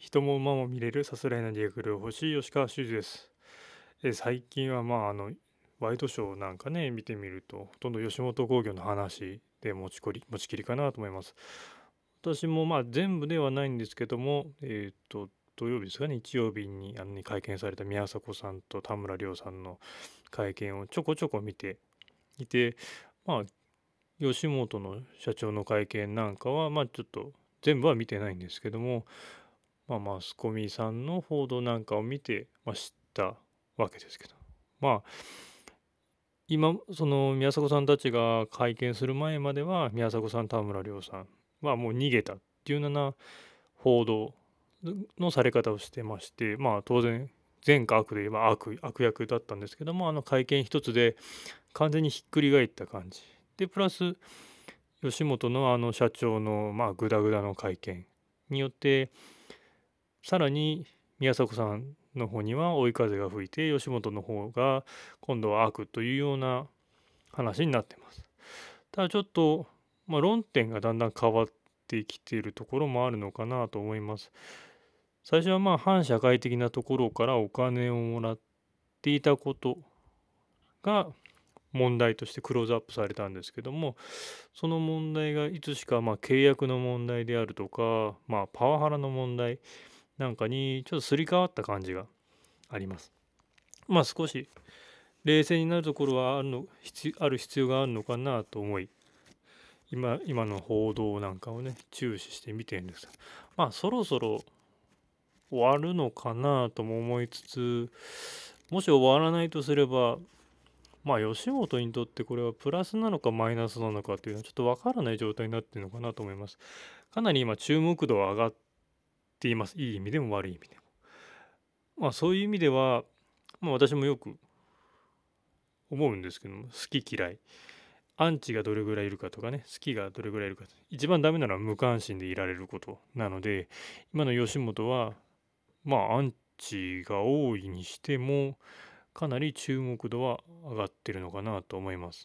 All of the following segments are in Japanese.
人も馬も見れるさすらいな理学療法士吉川修司です。最近はワイドショーなんかね見てみるとほとんど吉本興業の話で持ちきりかなと思います。私も全部ではないんですけども、土曜日ですかね、日曜日に会見された宮迫さんと田村亮さんの会見をちょこちょこ見ていて、まあ吉本の社長の会見なんかはちょっと全部は見てないんですけども、マスコミさんの報道なんかを見て、知ったわけですけど、今その宮迫さんたちが会見する前までは宮迫さん田村亮さんはもう逃げたっていうような報道のされ方をしてまして、当然善か悪で言えば悪役だったんですけども、会見一つで完全にひっくり返った感じで、プラス吉本の社長のグダグダの会見によって、さらに宮迫さんの方には追い風が吹いて吉本の方が今度は悪というような話になってます。ただちょっと、論点がだんだん変わってきているところもあるのかなと思います。最初は反社会的なところからお金をもらっていたことが問題としてクローズアップされたんですけども、その問題がいつしか契約の問題であるとか、パワハラの問題なんかにちょっとすり替わった感じがあります。少し冷静になるところはある必要があるのかなと思い、今の報道なんかをね注視して見てるんです。そろそろ終わるのかなとも思いつつ、もし終わらないとすれば、吉本にとってこれはプラスなのかマイナスなのかっていうのはちょっとわからない状態になっているのかなと思います。かなり今注目度は上がっています。いい意味でも悪い意味でも。そういう意味では、私もよく思うんですけども、好き嫌い。アンチがどれぐらいいるかとかね、好きがどれぐらいいるか。一番ダメなのは無関心でいられることなので、今の吉本は、アンチが多いにしても、かなり注目度は上がってるのかなと思います。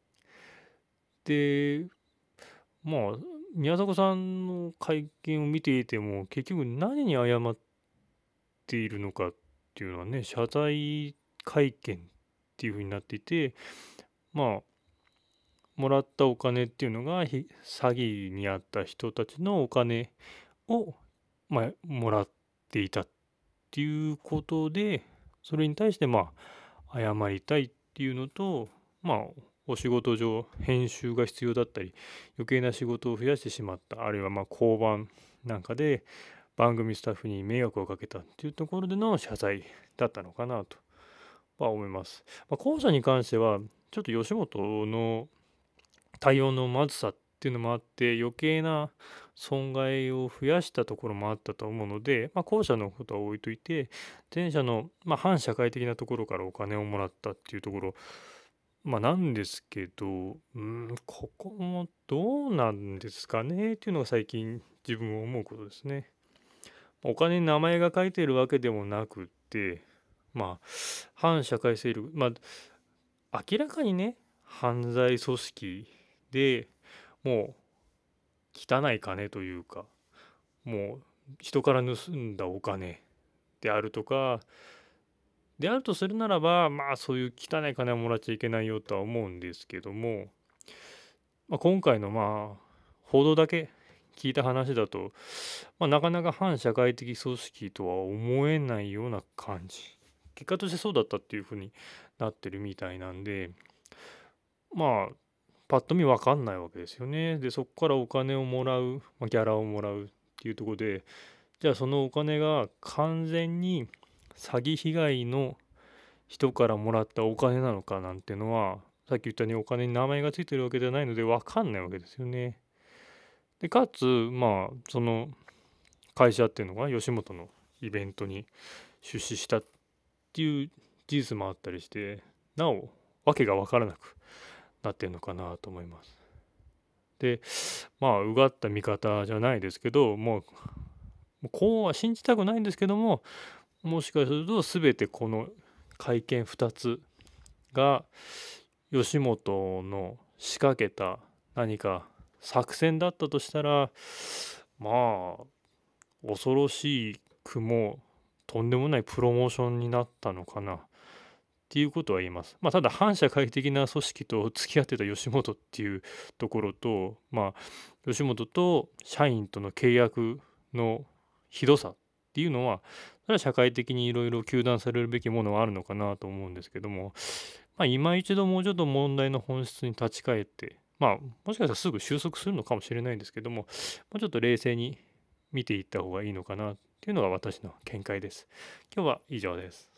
で、まあ、宮迫さんの会見を見ていても、結局何に謝っているのかっていうのはね、謝罪会見っていう風になっていて、まあ、もらったお金っていうのが詐欺にあった人たちのお金を、もらっていたっていうことで、それに対して謝りたいっていうのと、お仕事上編集が必要だったり余計な仕事を増やしてしまった、あるいは交番なんかで番組スタッフに迷惑をかけたっていうところでの謝罪だったのかなとは思います。後者に関してはちょっと吉本の対応のまずさっていうのもあって余計な損害を増やしたところもあったと思うので、後者のことは置いといて、前者の反社会的なところからお金をもらったっていうところなんですけど、ここもどうなんですかねっていうのが最近自分を思うことですね。お金に名前が書いているわけでもなくって、反社会勢力、明らかにね、犯罪組織でもう汚い金というか、もう人から盗んだお金であるとか、であるとするならば、そういう汚い金はもらっちゃいけないよとは思うんですけども、今回の報道だけ聞いた話だと、なかなか反社会的組織とは思えないような感じ。結果としてそうだったっていうふうになってるみたいなんで、パッと見分かんないわけですよね。でそこからお金をもらう、ギャラをもらうっていうところで、じゃあそのお金が完全に詐欺被害の人からもらったお金なのかなんてのは、さっき言ったようにお金に名前がついてるわけではないので分かんないわけですよね。でかつその会社っていうのが吉本のイベントに出資したっていう事実もあったりして、なお訳が分からなくなってるのかなと思います。でうがった見方じゃないですけど、もうこうは信じたくないんですけども、もしかすると全てこの会見2つが吉本の仕掛けた何か作戦だったとしたら、 恐ろしくもとんでもないプロモーションになったのかなっていうことは言えます。ただ反社会的な組織と付き合ってた吉本っていうところと、吉本と社員との契約のひどさっていうのは、それは社会的にいろいろ糾弾されるべきものはあるのかなと思うんですけども、今一度もうちょっと問題の本質に立ち返って、もしかしたらすぐ収束するのかもしれないんですけども、もうちょっと冷静に見ていった方がいいのかなっていうのが私の見解です。今日は以上です。